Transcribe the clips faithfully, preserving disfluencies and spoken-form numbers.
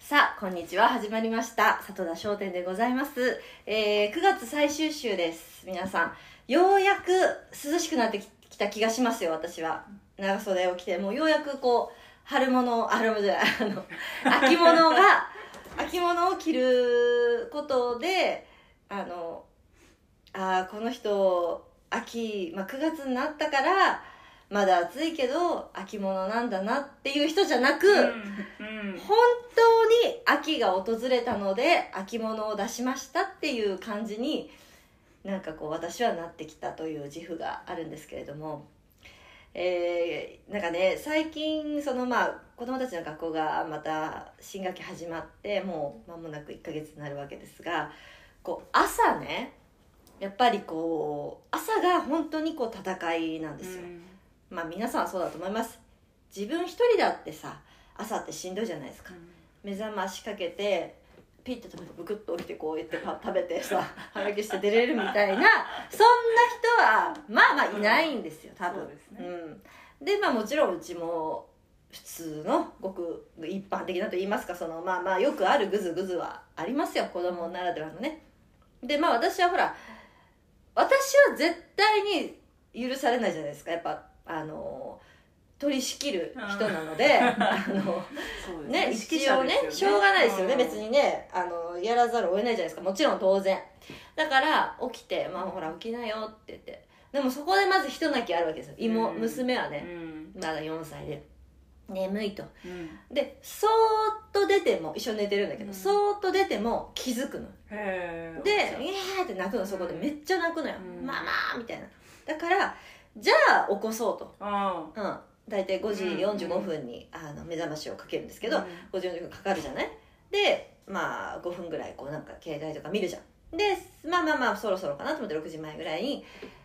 さあこんにちは、始まりました里田商店でございます、えー、くがつ最終週です。皆さんようやく涼しくなってきた気がしますよ。私は長袖を着て、もうようやくこう春物、春物じゃないあの秋物が秋物を着ることで、あのあこの人秋、まあ、くがつになったからまだ暑いけど秋物なんだなっていう人じゃなく、うんうん、本当に秋が訪れたので秋物を出しましたっていう感じになんかこう私はなってきたという自負があるんですけれども、えー、なんかね最近そのまあ子供たちの学校がまた新学期始まってもう間もなくいっかげつになるわけですが、こう朝ねやっぱりこう朝が本当にこう戦いなんですよ、うん、まあ皆さんはそうだと思います。自分一人だってさ朝ってしんどいじゃないですか、うん、目覚ましかけてピッて食べてブクッと起きてこうやって食べてさ早起きして出れるみたいなそんな人はまあまあいないんですよ多分、うん、そうですね、うん、でまあもちろんうちも普通のごく一般的なと言いますか、そのまあまあよくあるグズグズはありますよ、子供ならではのね。でまあ私はほら私は絶対に許されないじゃないですか、やっぱあの取り仕切る人なのであのね、ね一応ねしょうがないですよね、別にねあのやらざるを得ないじゃないですか、もちろん当然だから起きてまあほら起きなよって言って、でもそこでまず一泣きあるわけですよ、妹、うん、娘はね、うん、まだよんさいで眠いと、うん、でそーっと出ても一緒に寝てるんだけど、うん、そーっと出ても気づくのへで「イエー!」って泣くの、そこでめっちゃ泣くのよ、うん、ママみたいな。だからじゃあ起こそうと、うん、大体ごじよんじゅうごふんに、うん、あの目覚ましをかけるんですけど、うん、ごじよんじゅうごふんかかるじゃない。でまあごふんぐらいこうなんか携帯とか見るじゃん。でまあまあまあそろそろかなと思ってろくじまえぐらいに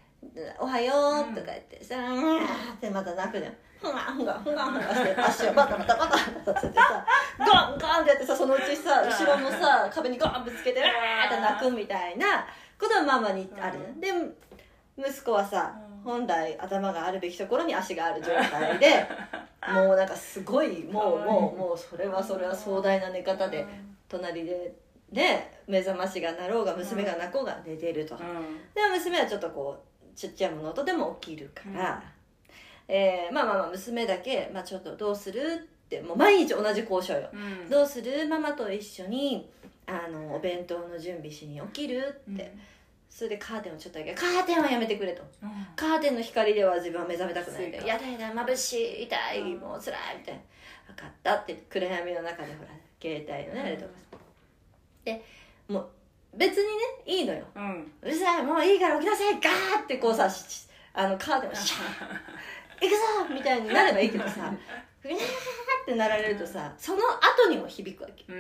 「おはよう」とか言ってさ、うん、うんってまた泣くじゃん。ふがふがふがふがして足をバタバタバタバタつってさゴンゴンってやってさ、そのうちさ後ろもさ壁にゴンぶつけてわーって泣くみたいなことはママにある、うん、で息子はさ、うん、本来頭があるべきところに足がある状態でもうなんかすごいもうもうもうそれはそれは壮大な寝方で隣でで目覚ましが鳴ろうが娘が泣こうが寝てると、うん、で娘はちょっとこうちっちゃいもの音でも起きるから、うん、えー、まあまあまあ娘だけ、まあ、ちょっとどうするってもう毎日同じ交渉よ、うん、どうするママと一緒にあのお弁当の準備しに起きるって、うん、それでカーテンをちょっとだけカーテンはやめてくれと、うん、カーテンの光では自分は目覚めたくないんで、やだやだ眩しい痛い、うん、もう辛いみたいな、分かったって暗闇の中でほら携帯のねあれとかでもう別にねいいのよ、うん、うるさいもういいから起きなさいガーってこうさあのカーテンをシャー行くぞみたいになればいいけどさふにゃーってなられるとさその後にも響くわけ、うん、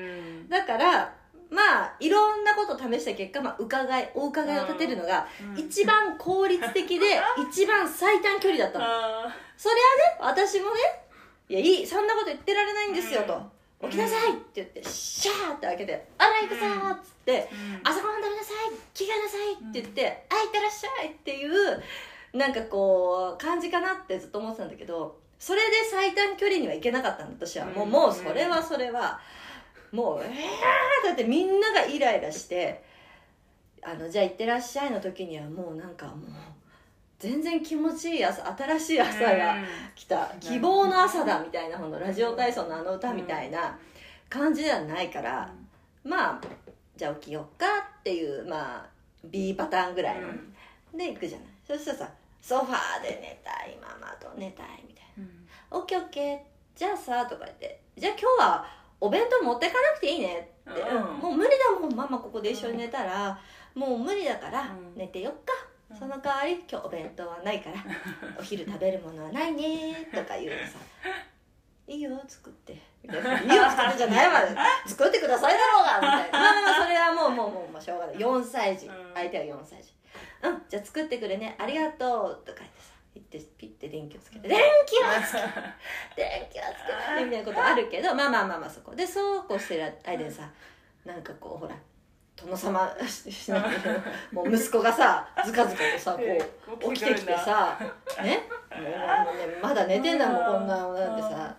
だからまあいろんなことを試した結果、まあ、伺いお伺いを立てるのが一番効率的で一番最短距離だったの。そりゃね私もねいやいいそんなこと言ってられないんですよと、起きなさいって言ってシャーって開けてあら行くぞーっつって朝ごはん食べなさい着替えなさいって言ってあいってらっしゃいっていうなんかこう感じかなってずっと思ってたんだけど、それで最短距離にはいけなかったんだ私は。もうもうそれはそれはもうえーだってみんながイライラしてあのじゃあ行ってらっしゃいの時にはもうなんかもう全然気持ちいい朝新しい朝が来た希望の朝だみたいな、ほんのラジオ体操のあの歌みたいな感じではないから、まあじゃあ起きようかっていうまあ B パターンぐらいので行くじゃない。そしたらさソファーで寝たいママと寝たいみたいな、うん、オッケーオッケーじゃあさとか言ってじゃあ今日はお弁当持ってかなくていいねって、うん、もう無理だもんママここで一緒に寝たら、うん、もう無理だから寝てよっか、うん、その代わり今日お弁当はないからお昼食べるものはないねとか言うのさいいよ作ってみたいな、いいよ作るんじゃないわ作ってくださいだろうがみたいな、まあそれはもうもうもうもうしょうがない、よんさい児、相手はよんさい児、うんじゃあ作ってくれねありがとうとか言ってさ行ってピッて電気をつけて電気をつけて電気をつけてみたいなことあるけどまあまあまあまあそこでそうこうしてる間にさなんかこうほら殿様しなくてもう息子がさずかずかとさこう起きてきてさねもうねまだ寝てんだもんこんななんてさ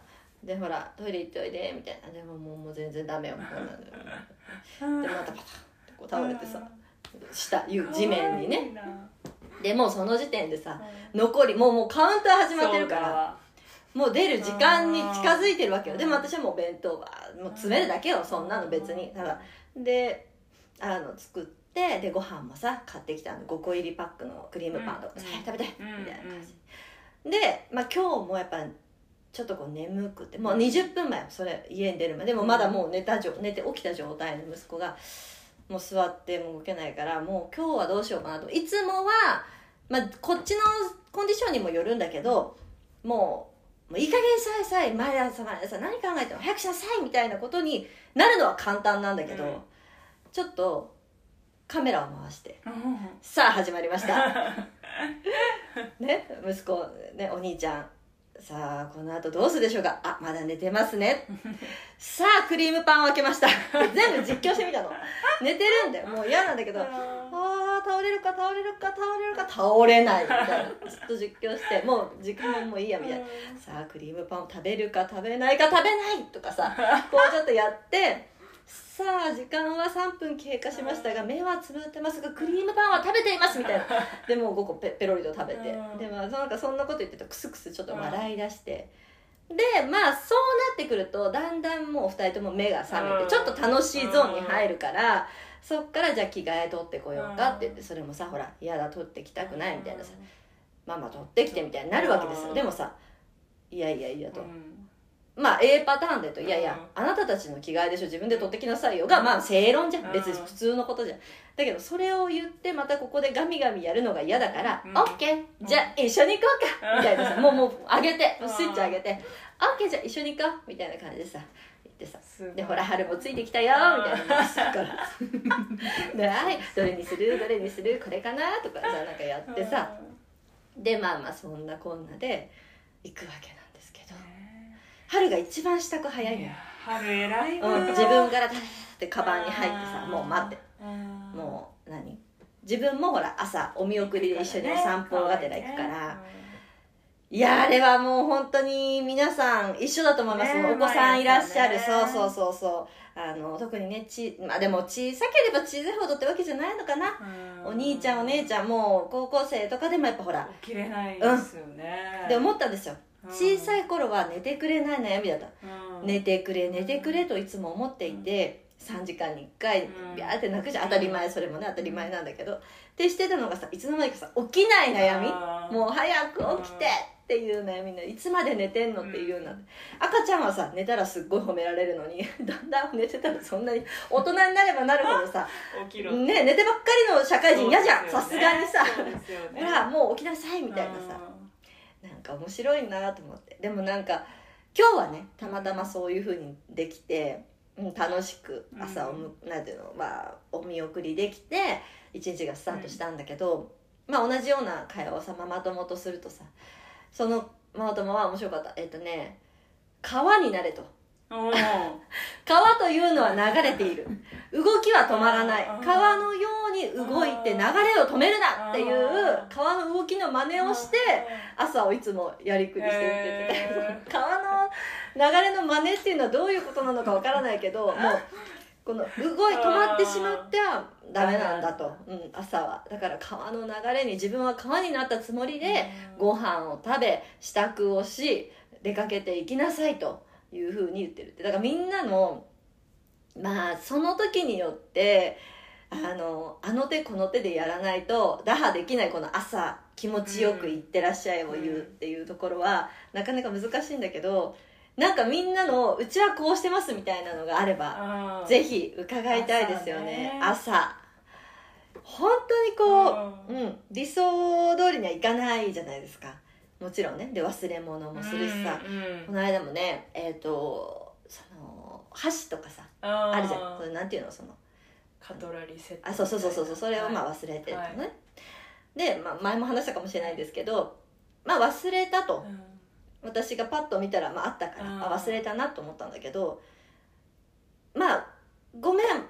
でほらトイレ行っておいでみたいな。でももうもう全然ダメよこんなのでまたパタンってこう倒れてさ下地面にね。でもうその時点でさ、うん、残りもうもうカウンター始まってるからもう出る時間に近づいてるわけよ。でも私はもう弁当はもう詰めるだけよ、そんなの別に。ただであの作ってでご飯もさ買ってきたごこ入りパックのクリームパンとかさ、うん、食べて、うん、みたいな感じで、まあ、今日もやっぱちょっとこう眠くてもうにじゅっぷんまえそれ家に出るまででもまだもう寝た寝て起きた状態の息子がもう座っても動けないからもう今日はどうしようかなと。いつもは、まあ、こっちのコンディションにもよるんだけどもうもういい加減さえさえ毎朝毎朝何考えても早くしなさいみたいなことになるのは簡単なんだけど、うん、ちょっとカメラを回して、うん、さあ始まりましたね息子ねお兄ちゃんさあこの後どうするでしょうか。あまだ寝てますねさあクリームパンを開けました全部実況してみたの寝てるんだよもう嫌なんだけどああ倒れるか倒れるか倒れるか倒れないみたいなずっと実況してもう時間ももういいやみたいなさあクリームパンを食べるか食べないか食べないとかさこうちょっとやってさあ時間はさんぷん経過しましたが目はつぶってますがクリームパンは食べていますみたいなでもうごこ ペ, ペロリと食べてで、まあ、なんかそんなこと言ってるとクスクスちょっと笑い出してでまあそうなってくるとだんだんもうふたりとも目が覚めてちょっと楽しいゾーンに入るからそっからじゃあ着替え取ってこようかって言ってそれもさほら嫌だ取ってきたくないみたいなさママ取ってきてみたいになるわけですよ。でもさいやいやいやとまあ A パターンでといやいやあなたたちの着替えでしょ自分で取ってきなさいよがまあ正論じゃん別に普通のことじゃん。だけどそれを言ってまたここでガミガミやるのが嫌だから、うん、OK じゃあ一緒に行こうかみたいなさもうもう上げてスイッチ上げて OK じゃあ一緒に行こうみたいな感じでさ言ってさでほら春もついてきたよみたいなのするからではいどれにするどれにするこれかなとかさなんかやってさでまあまあそんなこんなで行くわけなんですけど春が一番支度早いのよ。 春偉いわ、 うん、自分からタってカバンに入ってさもう待ってもう何自分もほら朝お見送りで一緒にお散歩がてら行くから、ね、いやあれはもう本当に皆さん一緒だと思います、ね、お子さんいらっしゃる、ね、そうそうそうそうあの特にねち、まあ、でも小さければ小さいほどってわけじゃないのかな。お兄ちゃんお姉ちゃんも高校生とかでもやっぱほら起きれないですよね、 うん、で思ったんですよ。小さい頃は寝てくれない悩みだった、うん、寝てくれ寝てくれといつも思っていて、うん、さんじかんにいっかいビャーって泣くじゃん、当たり前それもね当たり前なんだけどってしてたのがさいつの間にかさ起きない悩みもう早く起きてっていう悩みねいつまで寝てんのっていうような、うん、赤ちゃんはさ寝たらすっごい褒められるのにだんだん寝てたらそんなに大人になればなるほどさ起きろ、 ね、寝てばっかりの社会人嫌じゃんさすがにさ、ほらもう起きなさいみたいなさ、なんか面白いなと思って。でもなんか今日はねたまたまそういう風にできて、うん、楽しく朝おむ、うん、なんていうの、まあ、お見送りできて一日がスタートしたんだけど、うん、まあ同じような会話をさママ友とするとさそのママ友は面白かった。えっとね川になれと川というのは流れている動きは止まらない川のように動いて流れを止めるなっていう川の動きの真似をして朝をいつもやりくりしてって言ってて川の流れの真似っていうのはどういうことなのかわからないけどもうこの動い止まってしまってはダメなんだと、うん、朝はだから川の流れに自分は川になったつもりでご飯を食べ支度をし出かけていきなさいという風に言ってるって。だからみんなのまあその時によってあのあの手この手でやらないと打破できないこの朝気持ちよくいってらっしゃいを言うっていうところはなかなか難しいんだけどなんかみんなのうちはこうしてますみたいなのがあればぜひ伺いたいですよね。朝、ね、朝本当にこう、うん、理想通りにはいかないじゃないですか。もちろんねで忘れ物もするしさ、うんうん、この間もねえっ、ー、とその箸とかさ あ, あるじゃんそれなんていうのそのカトラリーセットあそうそうそうそうそれをまあ忘れてるとね、はい、で、まあ、前も話したかもしれないんですけどまあ忘れたと、うん、私がパッと見たら、まあ、あったからあ忘れたなと思ったんだけどまあごめんママ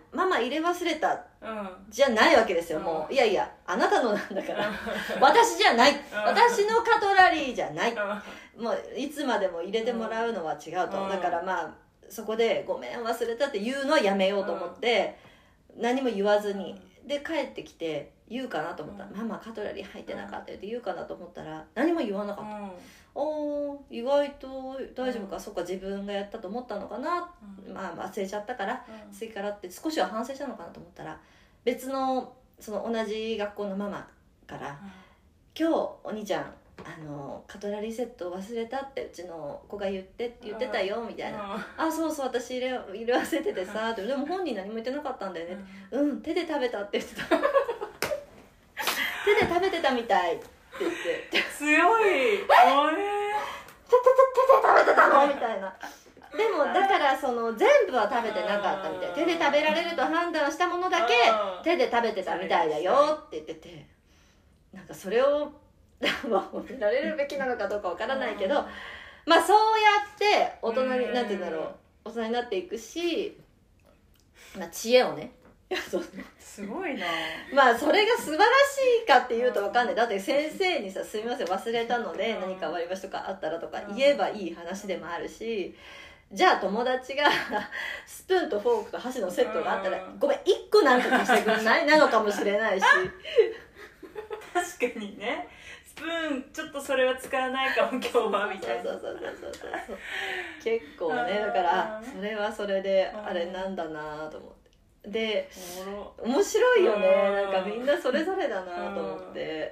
入れ忘れたうんじゃないわけですよ、 うんもういやいやあなたのなんだから私じゃない、私のカトラリーじゃない、もういつまでも入れてもらうのは違うと、 うんだからまあそこでごめん忘れたって言うのはやめようと思って、何も言わずにで帰ってきて言うかなと思ったら、 うんママカトラリー入ってなかったよって言うかなと思ったら何も言わなかった、 うんおー意外と大丈夫か、そっか自分がやったと思ったのかな、 うんまあ忘れちゃったからうん次からって少しは反省したのかなと思ったら、別のその同じ学校のママから「今日お兄ちゃんあのカトラリーセット忘れたってうちの子が言ってって言ってたよ」みたいな「あそうそう私入れ入れ忘れててさ」って「でも本人何も言ってなかったんだよね」 うんうん手で食べた」って言ってた手で食べてたみたいって言って強いおえ手で食べてたのみたいな。でもだからその全部は食べてなかったみたい、手で食べられると判断したものだけ手で食べてたみたいだよって言ってて、なんかそれを褒められるべきなのかどうかわからないけど、まあそうやって大人になんて言うんだろう、大人になっていくし、まあ、知恵をねすごいな。 まあそれが素晴らしいかっていうと分かんない。だって先生にさ「すみません忘れたので何か割り箸とかあったら」とか言えばいい話でもあるし、じゃあ友達がスプーンとフォークと箸のセットがあったら「ごめんいっこなんとかしてくんない?」なのかもしれないし確かにね、スプーンちょっとそれは使わないかも今日はみたいな。 そうそうそうそうそうそう結構ね、だからそれはそれであれなんだなと思って、で面白いよね、なんかみんなそれぞれだなと思って、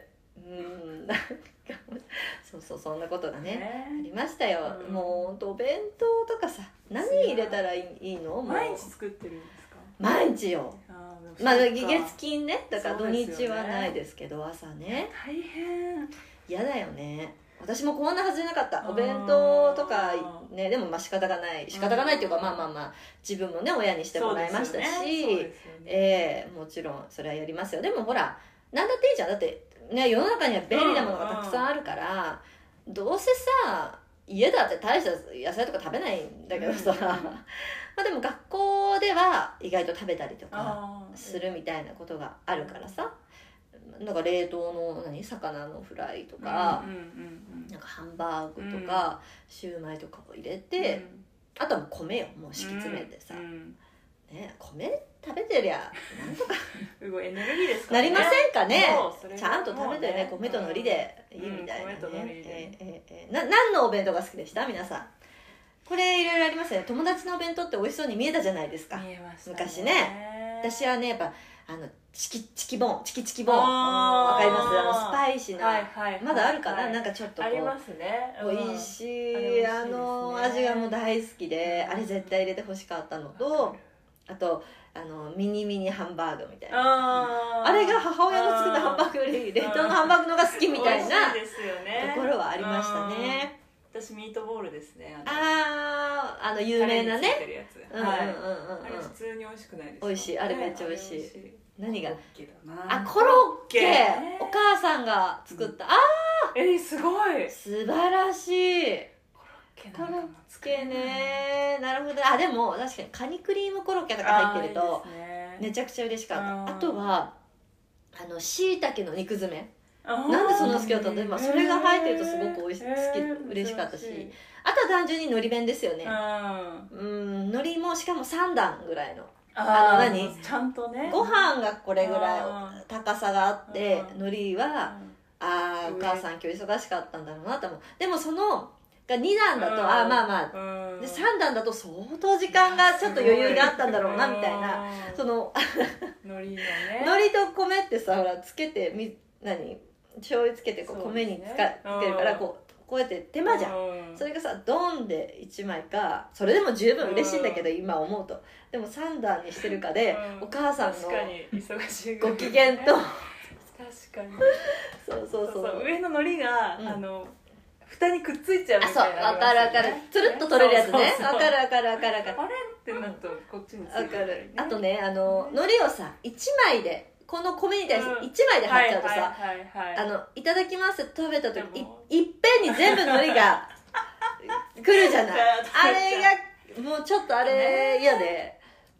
うんなんかそうそうそんなことがねありましたよ、 うん、 もうほんとお弁当とかさ何入れたらいいの？もう毎日作ってるんですか？ 毎日よ。 あまあ月金ね、だから土日はないですけど、朝ね大変嫌だよね。私もこんなはずじゃなかった。お弁当とかね、でもまあ仕方がない仕方がないっていうか、まあまあまあ自分もね親にしてもらいましたし、ねえー、もちろんそれはやりますよ。でもほらなんだっていいじゃん。だってね世の中には便利なものがたくさんあるから、どうせさ家だって大した野菜とか食べないんだけどさ、まあでも学校では意外と食べたりとかするみたいなことがあるからさ、なんか冷凍の何魚のフライとか、なんかハンバーグとか、うん、シューマイとかを入れて、うん、あとはもう米よもう敷き詰めてさ、うんね、米食べてりゃなんとかすごいエネルギーですかね、 なりませんかね。ちゃんと食べてね、米と海苔でいいみたいなね、うん、えーえー、な何のお弁当が好きでした皆さん？これいろいろありますね。友達のお弁当って美味しそうに見えたじゃないですか。 見えましたね、 昔ね。私はねやっぱあのチキチキボンチキチキボンわかります？あのスパイシーな、 はいはいはい、 まだあるかな、はい、なんかちょっとこうありますね、 うん、美味しい、あの味がもう大好きで、あれ絶対入れてほしかったのと、あとあのミニミニハンバーグみたいな、 あ, あれが母親の作ったハンバーグより冷凍のハンバーグのが好きみたいなところはありましたね。 私ミートボールですね。 あああの有名なね、 うんうんうんうん、あれ普通に美味しくないですか？ 美味しい、あれめっちゃ美味しい、ね、何がコロッケだなあコロッケ、ね、お母さんが作った、うん、ああえー、すごい素晴らしいコロッケね。なるほど。あでも確かにカニクリームコロッケとか入ってるとめちゃくちゃ嬉しかった。 あ, あとはあの椎茸の肉詰め、なんでそんな好きだったんだ、まあ、それが入ってるとすごくおいし好き嬉しかったし、あとは単純に海苔弁ですよね。うん海苔もしかもさん段ぐらいのあの何ちゃんとねご飯がこれぐらい高さがあって海苔はあーお母さん今日忙しかったんだろうなと思う。でもそのがに段だと、うん、あまあまあ、うん、でさん段だと相当時間がちょっと余裕があったんだろうなみたいな、その海苔のね海苔と米ってさほらつけてみ何醤油つけてこう米につか、ね、つけるからこうこうやって手間じゃん、うん、それがさドンでいちまいかそれでも十分嬉しいんだけど、うん、今思うとでもさん段にしてるかで、うん、お母さんのご機嫌と確かにそうそうそう、 そうそう上の海苔が、うん、あの蓋にくっついちゃうみたいな、ね、 あそう分かる分かるつるっと取れるやつね分かる分かる分かる分かるあれってなるとこっちについてる、ね、 分かる。あとねあの海苔をさいちまいでこの米に対していちまいで貼っちゃうとさあのいただきますって食べた時いいっぺんに全部海苔が来るじゃないあれがもうちょっとあれ嫌で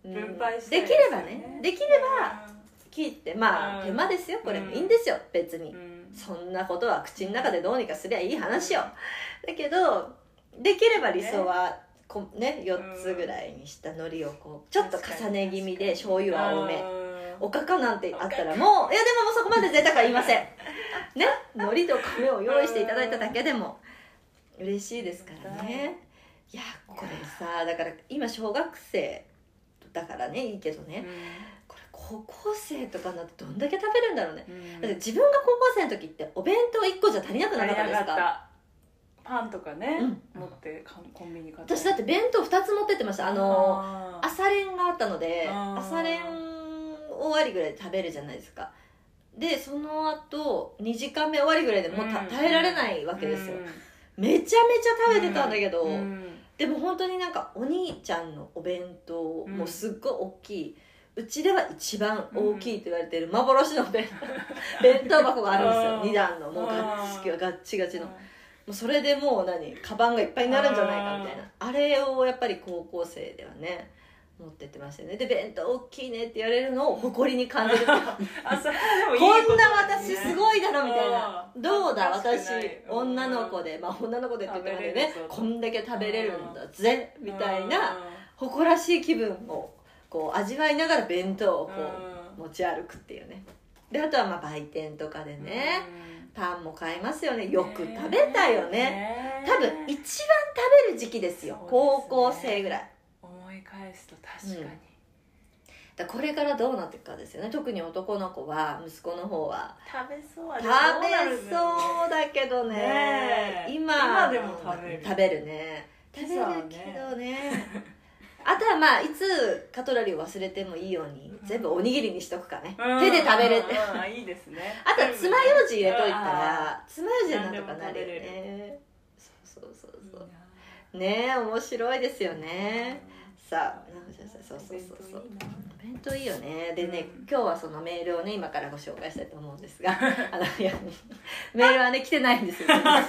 分配したいですよね、できればねできれば切ってまあ、 うん、 手間ですよこれも、 うん、 いいんですよ別に、 うん、 そんなことは口の中でどうにかすりゃいい話よ。だけどできれば理想はこ、ね、よっつぐらいにした海苔をこうちょっと重ね気味で醤油は多め、おかかなんてあったらもういやでももうそこまで贅沢は言いませんね、海苔と米を用意していただいただけでも嬉しいですからね。いやこれさだから今小学生だからねいいけどね、これ高校生とかになってどんだけ食べるんだろうね、うん、だって自分が高校生の時ってお弁当いっこじゃ足りなくなかったですか？ パンとかね、うん、持ってコンビニ買って、 私だって弁当ふたつ持ってってました。あの朝練があったので朝練終わりぐらいで食べるじゃないですか。でその後にじかんめ終わりぐらいでもうた、うん、耐えられないわけですよ、うん、めちゃめちゃ食べてたんだけど、うん、でも本当になんかお兄ちゃんのお弁当もすっごい大きい、うちでは一番大きいと言われている幻の弁当箱があるんですよ。に段のもうガッチガッチガチの、もうそれでもう何カバンがいっぱいになるんじゃないかみたいな、あれをやっぱり高校生ではね持ってってましたよね。で弁当大きいねって言われるのを誇りに感じるあそれでもいいこことんな私すごいだろみたいな、どうだ私女の子で、まあ女の子でって言ってまでねこんだけ食べれるんだぜみたいな誇らしい気分をこう味わいながら弁当をこう持ち歩くっていうね。であとはまあ売店とかでねパンも買いますよね。よく食べたよね。多分一番食べる時期ですよ、高校生ぐらい。 思い返すと確かに、うん、 だこれからどうなっていくかですよね。特に男の子は息子の方は食べそうは食べそうだけど ね, ね今, 今でも食べる食べるね食べるけどねあとはまあいつカトラリーを忘れてもいいように、うん、全部おにぎりにしとくかね、うん、手で食べれて、 うん、いいですね。 あとは爪楊枝入れといたら爪楊枝でなんとかなるよね。そうそうそうそうねえ面白いですよね、うん、さあそうそうそうそうお弁当いいよね。でね、うん、今日はそのメールをね今からご紹介したいと思うんですがあのいやメールはね来てないんですよ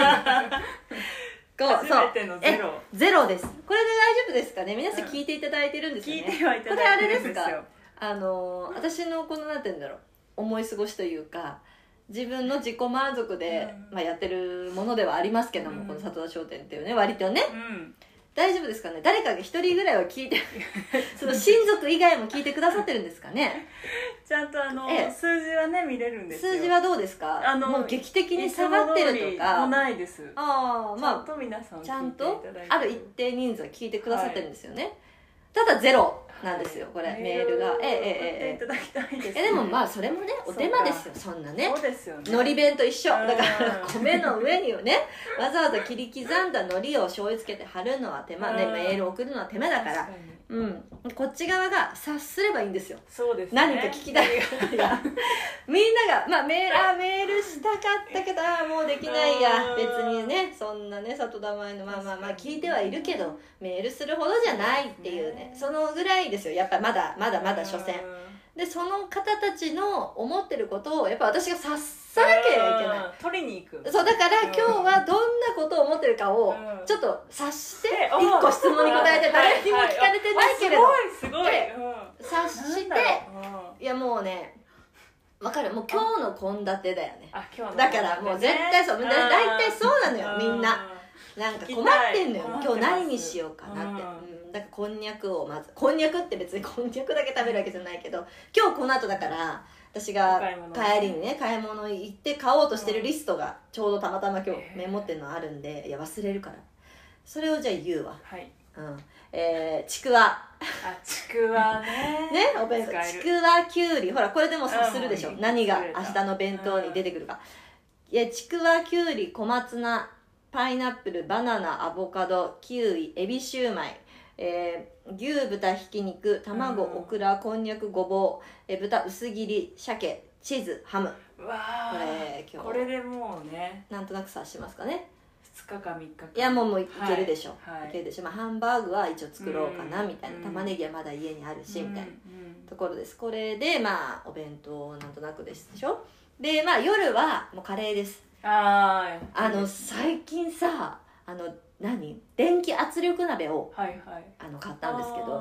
初めてのゼロゼロです。これで大丈夫ですかね。皆さん聞いていただいてるんですよね、 うん、聞いてはいただいてるんですよ。 これあれですか、あの私のこのなんて言うんだろう思い過ごしというか自分の自己満足で、うんまあ、やってるものではありますけども、うん、この里田商店っていうね割とね、うん、大丈夫ですかね。誰かが一人ぐらいは聞いてその親族以外も聞いてくださってるんですかね。 ちゃんとあの数字はね見れるんですよ。 数字はどうですか。あのもう劇的に下がってるとかもないです。 ああまあちゃんと皆さんちゃんとある一定人数は聞いてくださってるんですよね、はい、ただゼロなんですよこれ、はい、メールがえええええいただきたいです、ね、 えでもまあそれもねお手間ですよ。そんなねそうですよね。 海苔弁と一緒だから米の上にねわざわざ切り刻んだ海苔を醤油つけて貼るのは手間ね、メール送るのは手間だからうん、こっち側が察すればいいんですよ。 そうですね。 何か聞きたいからみんなが、まあ、メールあメールしたかったけどあもうできないや別にねそんなね里田舞のまあまあまあ聞いてはいるけどメールするほどじゃないっていうねそのぐらいですよやっぱまだまだまだ所詮でその方たちの思ってることをやっぱ私が察さなきゃいけない取りに行く。 そうだから今日はどんなことを思ってるかをちょっと察して一個質問に答えて誰にも聞かれてないけれどすごいすごい察していやもうね分かるもう今日の献立だよね。 あ今日のだからもう絶対そうだ大体そうなのよみんななんか困ってんのよ今日何にしようかなって、うん、だからこんにゃくをまずこんにゃくって別にこんにゃくだけ食べるわけじゃないけど今日この後だから私が帰りにね買い物行って買おうとしてるリストがちょうどたまたま今日メモってるのあるんでいや忘れるからそれをじゃあ言うわ。 はいうんえー、ちくわあちくわねねお弁当ちくわきゅうりほらこれでも察するでしょ、うん、何が明日の弁当に出てくるか、うん、いやちくわきゅうり小松菜パイナップルバナナアボカドキウイエビシューマイ、えー、牛豚ひき肉卵、うん、オクラこんにゃくごぼう、えー、豚薄切り鮭チーズハム。 うわこれ今日これでもうねなんとなく察しますかね。 ふつかかみっかかいやもうもういけるでしょ、 はい、 いけるでしょ、まあ、ハンバーグは一応作ろうかなみたいな、うん、玉ねぎはまだ家にあるし、うん、みたいなところです。これでまあお弁当なんとなくですでしょ。でまあ夜はもうカレーです。 ああの最近さあの何電気圧力鍋を、 はいはい、 あの買ったんですけど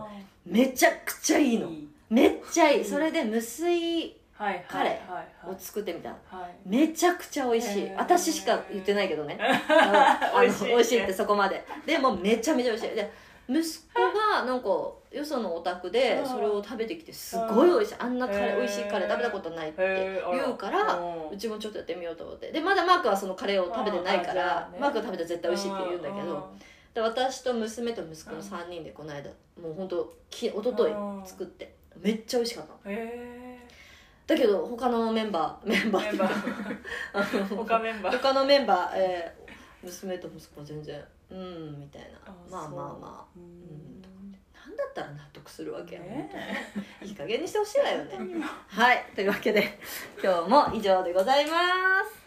めちゃくちゃいいの。 いいめっちゃいい。 いいそれで無水はいカレーはいはいを作ってみた、 はいめちゃくちゃ美味しい。 へー私しか言ってないけどねあの美味しいね美味しいってそこまででもめちゃめちゃ美味しいで、息子がなんかよそのお宅でそれを食べてきてすごい美味しい、あんなカレー美味しいカレー食べたことないって言うからうちもちょっとやってみようと思って。でまだマークはそのカレーを食べてないかあーじゃら、 あねマークが食べたら絶対美味しいって言うんだけど、で私と娘と息子のさんにんでこの間もうほんとき一昨日作ってめっちゃ美味しかったの。 へえだけど他のメンバーメンバーメンバーあの他メンバー他のメンバー、えー娘と息子は全然うんみたいな、 あまあそうまあまあううんんなんだったら納得するわけよ、 ね本当にいい加減にしてほしいわよねはいというわけで今日も以上でございます。